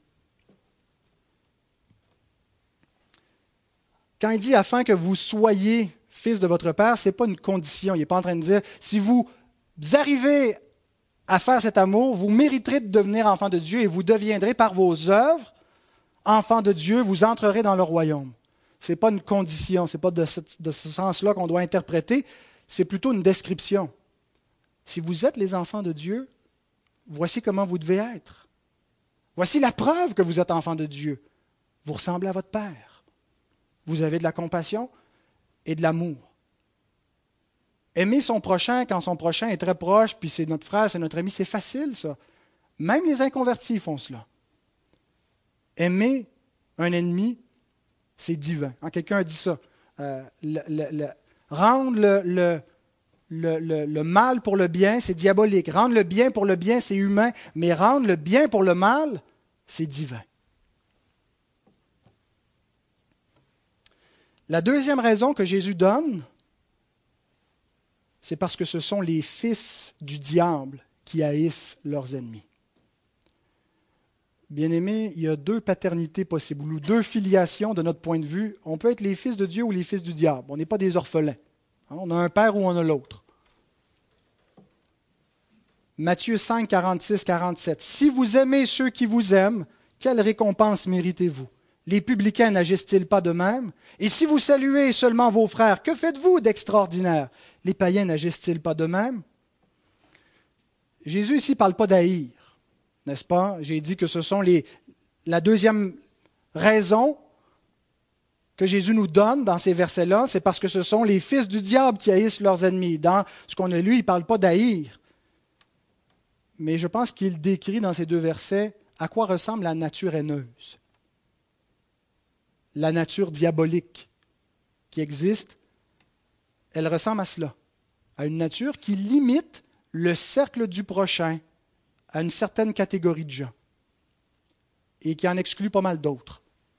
Quand il dit « afin que vous soyez fils de votre Père », ce n'est pas une condition. Il n'est pas en train de dire « si vous arrivez à faire cet amour, vous mériterez de devenir enfant de Dieu et vous deviendrez par vos œuvres enfant de Dieu, vous entrerez dans le royaume ». Ce n'est pas une condition, ce n'est pas de ce, de ce sens-là qu'on doit interpréter, c'est plutôt une description. Si vous êtes les enfants de Dieu, voici comment vous devez être. Voici la preuve que vous êtes enfants de Dieu. Vous ressemblez à votre Père. Vous avez de la compassion et de l'amour. Aimer son prochain quand son prochain est très proche, puis c'est notre frère, c'est notre ami, c'est facile ça. Même les inconvertis font cela. Aimer un ennemi, c'est divin. Hein, quelqu'un a dit ça. Euh, le, le, le, rendre le, le, le, le, le mal pour le bien, c'est diabolique. Rendre le bien pour le bien, c'est humain. Mais rendre le bien pour le mal, c'est divin. La deuxième raison que Jésus donne, c'est parce que ce sont les fils du diable qui haïssent leurs ennemis. Bien-aimés, il y a deux paternités possibles, ou deux filiations de notre point de vue. On peut être les fils de Dieu ou les fils du diable. On n'est pas des orphelins. On a un père ou on a l'autre. Matthieu cinq, quarante-six, quarante-sept. « Si vous aimez ceux qui vous aiment, quelle récompense méritez-vous? Les publicains n'agissent-ils pas de même? Et si vous saluez seulement vos frères, que faites-vous d'extraordinaire? Les païens n'agissent-ils pas de même? » Jésus ici ne parle pas d'haïr, n'est-ce pas? J'ai dit que ce sont les, la deuxième raison que Jésus nous donne dans ces versets-là, c'est parce que ce sont les fils du diable qui haïssent leurs ennemis. Dans ce qu'on a lu, il ne parle pas d'haïr. Mais je pense qu'il décrit dans ces deux versets à quoi ressemble la nature haineuse. La nature diabolique qui existe, elle ressemble à cela, à une nature qui limite le cercle du prochain à une certaine catégorie de gens et qui en exclut pas mal d'autres.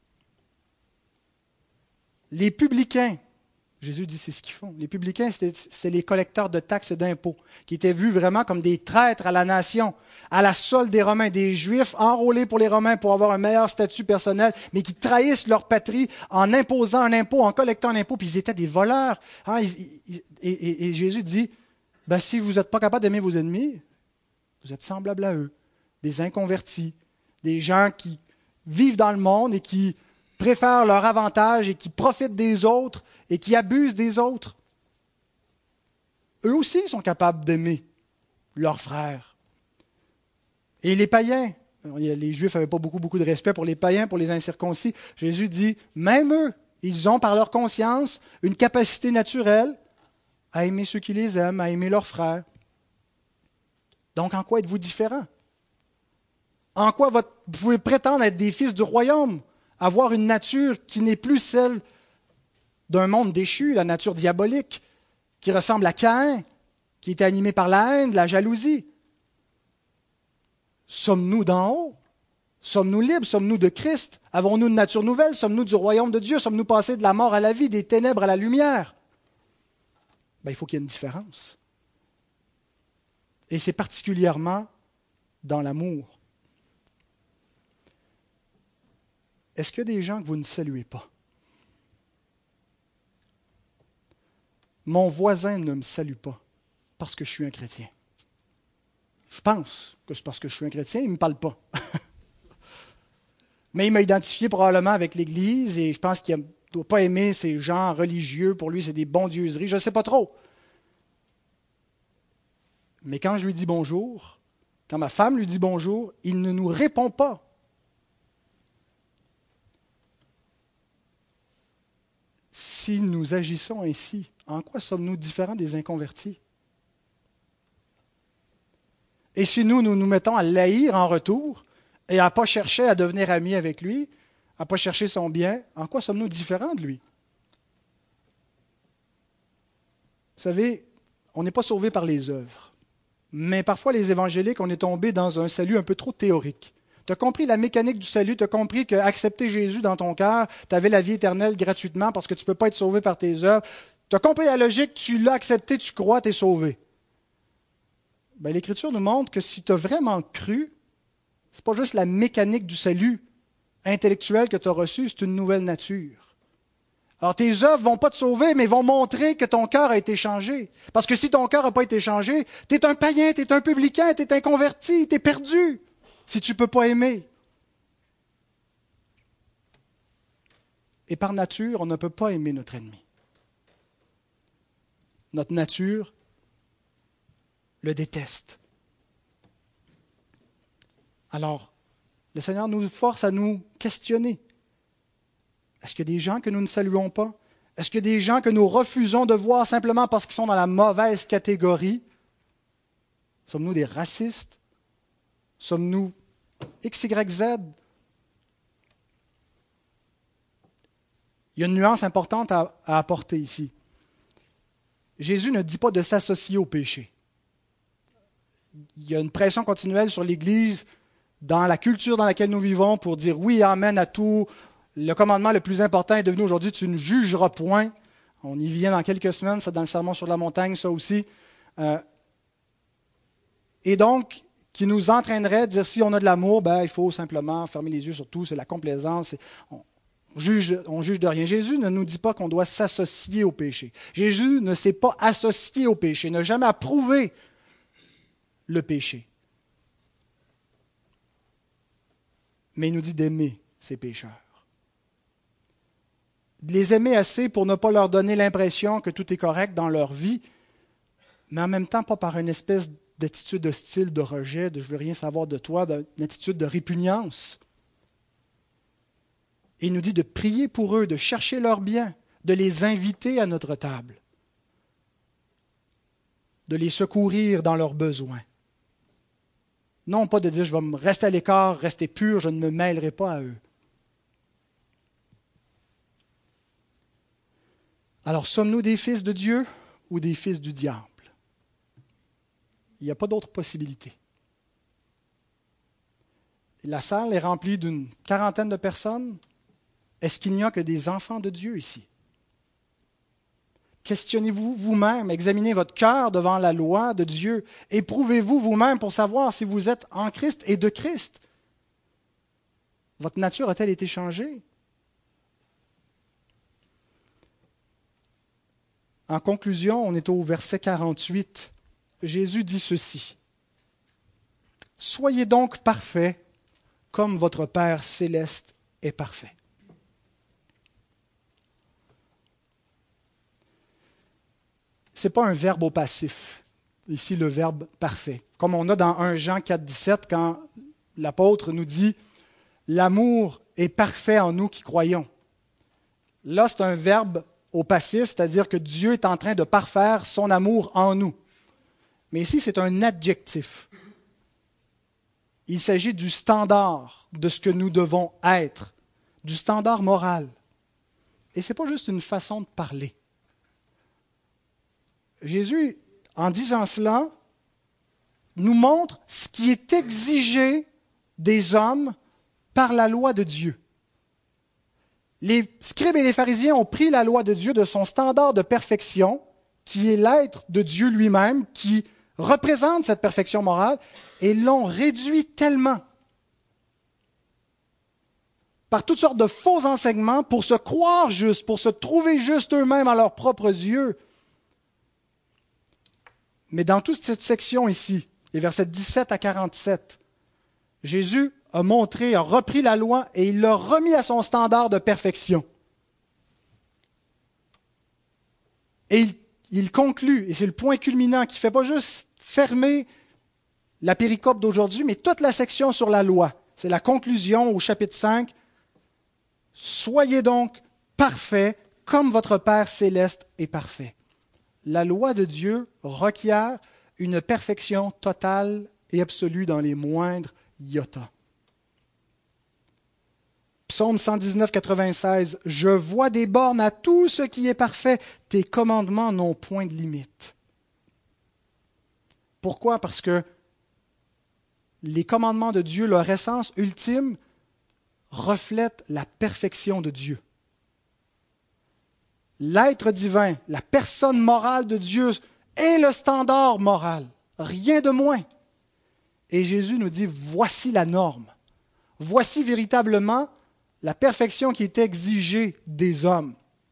Les publicains, Jésus dit c'est ce qu'ils font, les publicains c'est les collecteurs de taxes et d'impôts qui étaient vus vraiment comme des traîtres à la nation, à la solde des Romains, des Juifs enrôlés pour les Romains pour avoir un meilleur statut personnel, mais qui trahissent leur patrie en imposant un impôt, en collectant un impôt, puis ils étaient des voleurs. Hein, ils, ils, et, et, et Jésus dit, ben, si vous n'êtes pas capable d'aimer vos ennemis, vous êtes semblables à eux, des inconvertis, des gens qui vivent dans le monde et qui préfèrent leur avantage et qui profitent des autres et qui abusent des autres. Eux aussi sont capables d'aimer leurs frères. Et les païens, les Juifs n'avaient pas beaucoup, beaucoup de respect pour les païens, pour les incirconcis. Jésus dit, même eux, ils ont par leur conscience une capacité naturelle à aimer ceux qui les aiment, à aimer leurs frères. Donc, en quoi êtes-vous différents? En quoi votre, vous pouvez prétendre être des fils du royaume, avoir une nature qui n'est plus celle d'un monde déchu, la nature diabolique, qui ressemble à Caïn, qui était animé par la haine, la jalousie? Sommes-nous d'en haut? Sommes-nous libres? Sommes-nous de Christ? Avons-nous une nature nouvelle? Sommes-nous du royaume de Dieu? Sommes-nous passés de la mort à la vie, des ténèbres à la lumière? Ben, il faut qu'il y ait une différence. Et c'est particulièrement dans l'amour. Est-ce qu'il y a des gens que vous ne saluez pas? Mon voisin ne me salue pas parce que je suis un chrétien. Je pense que c'est parce que je suis un chrétien, il ne me parle pas. Mais il m'a identifié probablement avec l'Église et je pense qu'il ne doit pas aimer ces gens religieux. Pour lui, c'est des bondieuseries. Je ne sais pas trop. Mais quand je lui dis bonjour, quand ma femme lui dit bonjour, il ne nous répond pas. Si nous agissons ainsi, en quoi sommes-nous différents des inconvertis? Et si nous, nous nous mettons à l'haïr en retour et à ne pas chercher à devenir amis avec lui, à ne pas chercher son bien, en quoi sommes-nous différents de lui? Vous savez, on n'est pas sauvé par les œuvres. Mais parfois, les évangéliques, on est tombé dans un salut un peu trop théorique. Tu as compris la mécanique du salut, tu as compris qu'accepter Jésus dans ton cœur, tu avais la vie éternelle gratuitement parce que tu ne peux pas être sauvé par tes œuvres. Tu as compris la logique, tu l'as accepté, tu crois, tu es sauvé. Bien, l'Écriture nous montre que si tu as vraiment cru, ce n'est pas juste la mécanique du salut intellectuel que tu as reçu, c'est une nouvelle nature. Alors, tes œuvres ne vont pas te sauver, mais vont montrer que ton cœur a été changé. Parce que si ton cœur n'a pas été changé, tu es un païen, tu es un publicain, tu es inconverti, tu es perdu, si tu ne peux pas aimer. Et par nature, on ne peut pas aimer notre ennemi. Notre nature le déteste. Alors, le Seigneur nous force à nous questionner. Est-ce qu'il y a des gens que nous ne saluons pas? Est-ce qu'il y a des gens que nous refusons de voir simplement parce qu'ils sont dans la mauvaise catégorie? Sommes-nous des racistes? Sommes-nous X, Y, Z? Il y a une nuance importante à, à apporter ici. Jésus ne dit pas de s'associer au péché. Il y a une pression continuelle sur l'Église dans la culture dans laquelle nous vivons pour dire oui, amen à tout. Le commandement le plus important est devenu aujourd'hui, tu ne jugeras point. On y vient dans quelques semaines, c'est dans le Sermon sur la montagne, ça aussi. Euh, et donc, qui nous entraînerait à dire si on a de l'amour, ben, il faut simplement fermer les yeux sur tout, c'est la complaisance. C'est, on, on, juge, on juge de rien. Jésus ne nous dit pas qu'on doit s'associer au péché. Jésus ne s'est pas associé au péché, n'a jamais approuvé le péché. Mais il nous dit d'aimer ces pécheurs. De les aimer assez pour ne pas leur donner l'impression que tout est correct dans leur vie, mais en même temps pas par une espèce d'attitude hostile, de rejet, de « je veux rien savoir de toi », d'une attitude de répugnance. Et il nous dit de prier pour eux, de chercher leur bien, de les inviter à notre table, de les secourir dans leurs besoins. Non pas de dire « je vais me rester à l'écart, rester pur, je ne me mêlerai pas à eux ». Alors, sommes-nous des fils de Dieu ou des fils du diable? Il n'y a pas d'autre possibilité. La salle est remplie d'une quarantaine de personnes. Est-ce qu'il n'y a que des enfants de Dieu ici? Questionnez-vous vous-même, examinez votre cœur devant la loi de Dieu. Éprouvez-vous vous-même pour savoir si vous êtes en Christ et de Christ. Votre nature a-t-elle été changée? En conclusion, on est au verset quarante-huit. Jésus dit ceci. « Soyez donc parfaits, comme votre Père céleste est parfait. » Ce n'est pas un verbe au passif. Ici, le verbe parfait. Comme on a dans premier Jean quatre, dix-sept, quand l'apôtre nous dit « L'amour est parfait en nous qui croyons. » Là, c'est un verbe au passif, c'est-à-dire que Dieu est en train de parfaire son amour en nous. Mais ici, c'est un adjectif. Il s'agit du standard de ce que nous devons être, du standard moral. Et ce n'est pas juste une façon de parler. Jésus, en disant cela, nous montre ce qui est exigé des hommes par la loi de Dieu. Les scribes et les pharisiens ont pris la loi de Dieu de son standard de perfection, qui est l'être de Dieu lui-même, qui représente cette perfection morale, et l'ont réduit tellement par toutes sortes de faux enseignements pour se croire justes, pour se trouver justes eux-mêmes à leurs propres yeux. Mais dans toute cette section ici, les versets dix-sept à quarante-sept, Jésus a montré, a repris la loi et il l'a remis à son standard de perfection. Et il, il conclut, et c'est le point culminant, qui ne fait pas juste fermer la péricope d'aujourd'hui, mais toute la section sur la loi. C'est la conclusion au chapitre cinq. « Soyez donc parfaits comme votre Père céleste est parfait. » La loi de Dieu requiert une perfection totale et absolue dans les moindres iotas. Psaume cent dix-neuf, quatre-vingt-seize. « Je vois des bornes à tout ce qui est parfait. Tes commandements n'ont point de limite. » Pourquoi? Parce que les commandements de Dieu, leur essence ultime, reflètent la perfection de Dieu. L'être divin, la personne morale de Dieu est le standard moral, rien de moins. Et Jésus nous dit, voici la norme. Voici véritablement la perfection qui est exigée des hommes.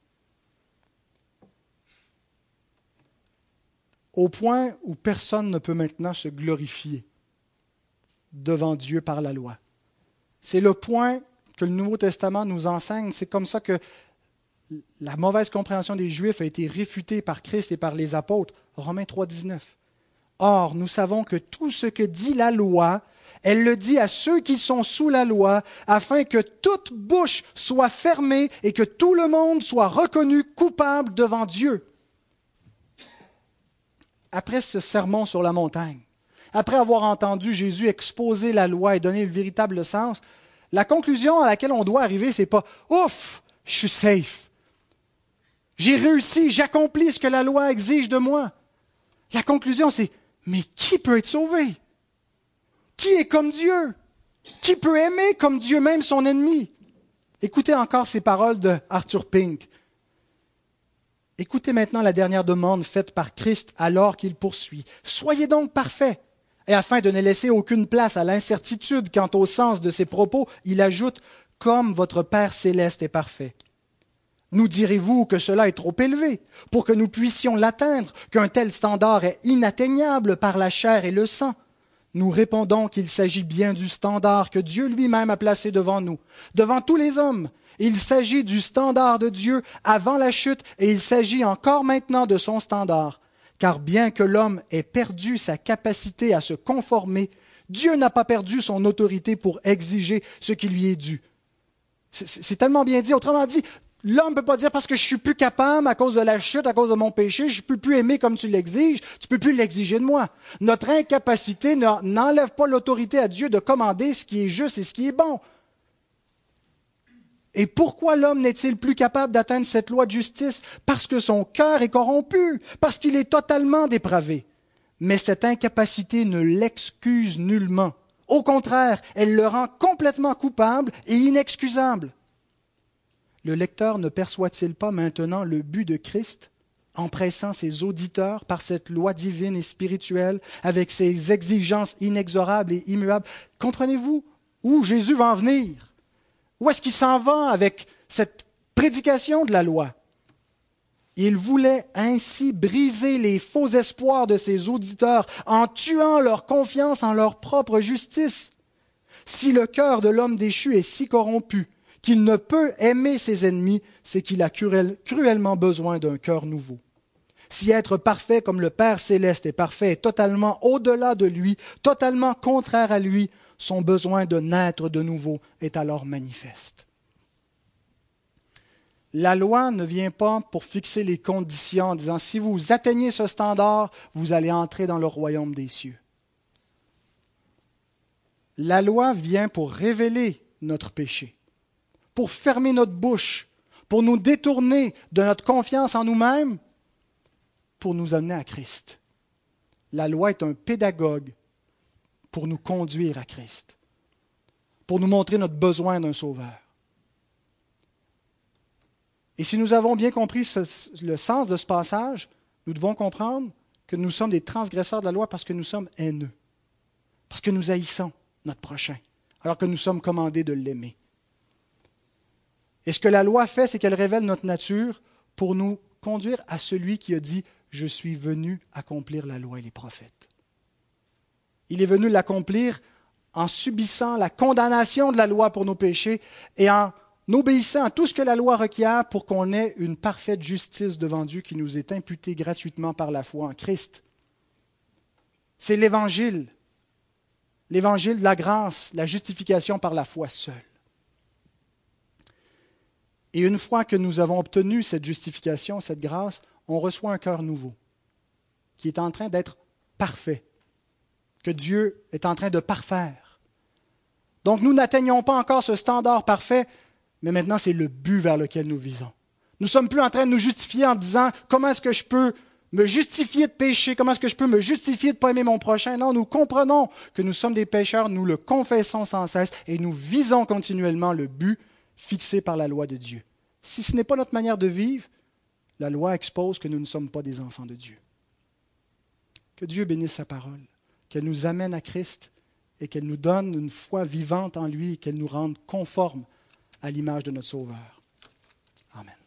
Au point où personne ne peut maintenant se glorifier devant Dieu par la loi. C'est le point que le Nouveau Testament nous enseigne. C'est comme ça que la mauvaise compréhension des Juifs a été réfutée par Christ et par les apôtres. Romains trois, dix-neuf. Or, nous savons que tout ce que dit la loi, elle le dit à ceux qui sont sous la loi, afin que toute bouche soit fermée et que tout le monde soit reconnu coupable devant Dieu. Après ce sermon sur la montagne, après avoir entendu Jésus exposer la loi et donner le véritable sens, la conclusion à laquelle on doit arriver, c'est pas « Ouf, je suis safe. J'ai réussi, j'accomplis ce que la loi exige de moi. » La conclusion, c'est « Mais qui peut être sauvé? Qui est comme Dieu? Qui peut aimer comme Dieu, même son ennemi? » Écoutez encore ces paroles de Arthur Pink. Écoutez maintenant la dernière demande faite par Christ alors qu'il poursuit. « Soyez donc parfaits. » Et afin de ne laisser aucune place à l'incertitude quant au sens de ses propos, il ajoute « Comme votre Père céleste est parfait. » Nous direz-vous que cela est trop élevé pour que nous puissions l'atteindre, qu'un tel standard est inatteignable par la chair et le sang? Nous répondons qu'il s'agit bien du standard que Dieu lui-même a placé devant nous, devant tous les hommes. Il s'agit du standard de Dieu avant la chute et il s'agit encore maintenant de son standard. Car bien que l'homme ait perdu sa capacité à se conformer, Dieu n'a pas perdu son autorité pour exiger ce qui lui est dû. C'est, c'est tellement bien dit. Autrement dit, l'homme ne peut pas dire parce que je suis plus capable à cause de la chute, à cause de mon péché, je ne peux plus aimer comme tu l'exiges, tu ne peux plus l'exiger de moi. Notre incapacité n'enlève pas l'autorité à Dieu de commander ce qui est juste et ce qui est bon. Et pourquoi l'homme n'est-il plus capable d'atteindre cette loi de justice? Parce que son cœur est corrompu, parce qu'il est totalement dépravé. Mais cette incapacité ne l'excuse nullement. Au contraire, elle le rend complètement coupable et inexcusable. Le lecteur ne perçoit-il pas maintenant le but de Christ en pressant ses auditeurs par cette loi divine et spirituelle avec ses exigences inexorables et immuables? Comprenez-vous où Jésus va en venir? Où est-ce qu'il s'en va avec cette prédication de la loi? Il voulait ainsi briser les faux espoirs de ses auditeurs en tuant leur confiance en leur propre justice. Si le cœur de l'homme déchu est si corrompu qu'il ne peut aimer ses ennemis, c'est qu'il a cruellement besoin d'un cœur nouveau. Si être parfait comme le Père céleste est parfait est totalement au-delà de lui, totalement contraire à lui, son besoin de naître de nouveau est alors manifeste. La loi ne vient pas pour fixer les conditions en disant « si vous atteignez ce standard, vous allez entrer dans le royaume des cieux ». La loi vient pour révéler notre péché, pour fermer notre bouche, pour nous détourner de notre confiance en nous-mêmes, pour nous amener à Christ. La loi est un pédagogue pour nous conduire à Christ, pour nous montrer notre besoin d'un sauveur. Et si nous avons bien compris ce, le sens de ce passage, nous devons comprendre que nous sommes des transgresseurs de la loi parce que nous sommes haineux, parce que nous haïssons notre prochain, alors que nous sommes commandés de l'aimer. Et ce que la loi fait, c'est qu'elle révèle notre nature pour nous conduire à celui qui a dit « Je suis venu accomplir la loi et les prophètes ». Il est venu l'accomplir en subissant la condamnation de la loi pour nos péchés et en obéissant à tout ce que la loi requiert pour qu'on ait une parfaite justice devant Dieu qui nous est imputée gratuitement par la foi en Christ. C'est l'Évangile, l'Évangile de la grâce, la justification par la foi seule. Et une fois que nous avons obtenu cette justification, cette grâce, on reçoit un cœur nouveau qui est en train d'être parfait, que Dieu est en train de parfaire. Donc nous n'atteignons pas encore ce standard parfait, mais maintenant c'est le but vers lequel nous visons. Nous ne sommes plus en train de nous justifier en disant « Comment est-ce que je peux me justifier de pécher? Comment est-ce que je peux me justifier de ne pas aimer mon prochain? » Non, nous comprenons que nous sommes des pécheurs, nous le confessons sans cesse et nous visons continuellement le but fixé par la loi de Dieu. Si ce n'est pas notre manière de vivre, la loi expose que nous ne sommes pas des enfants de Dieu. Que Dieu bénisse sa parole, qu'elle nous amène à Christ et qu'elle nous donne une foi vivante en lui et qu'elle nous rende conformes à l'image de notre Sauveur. Amen.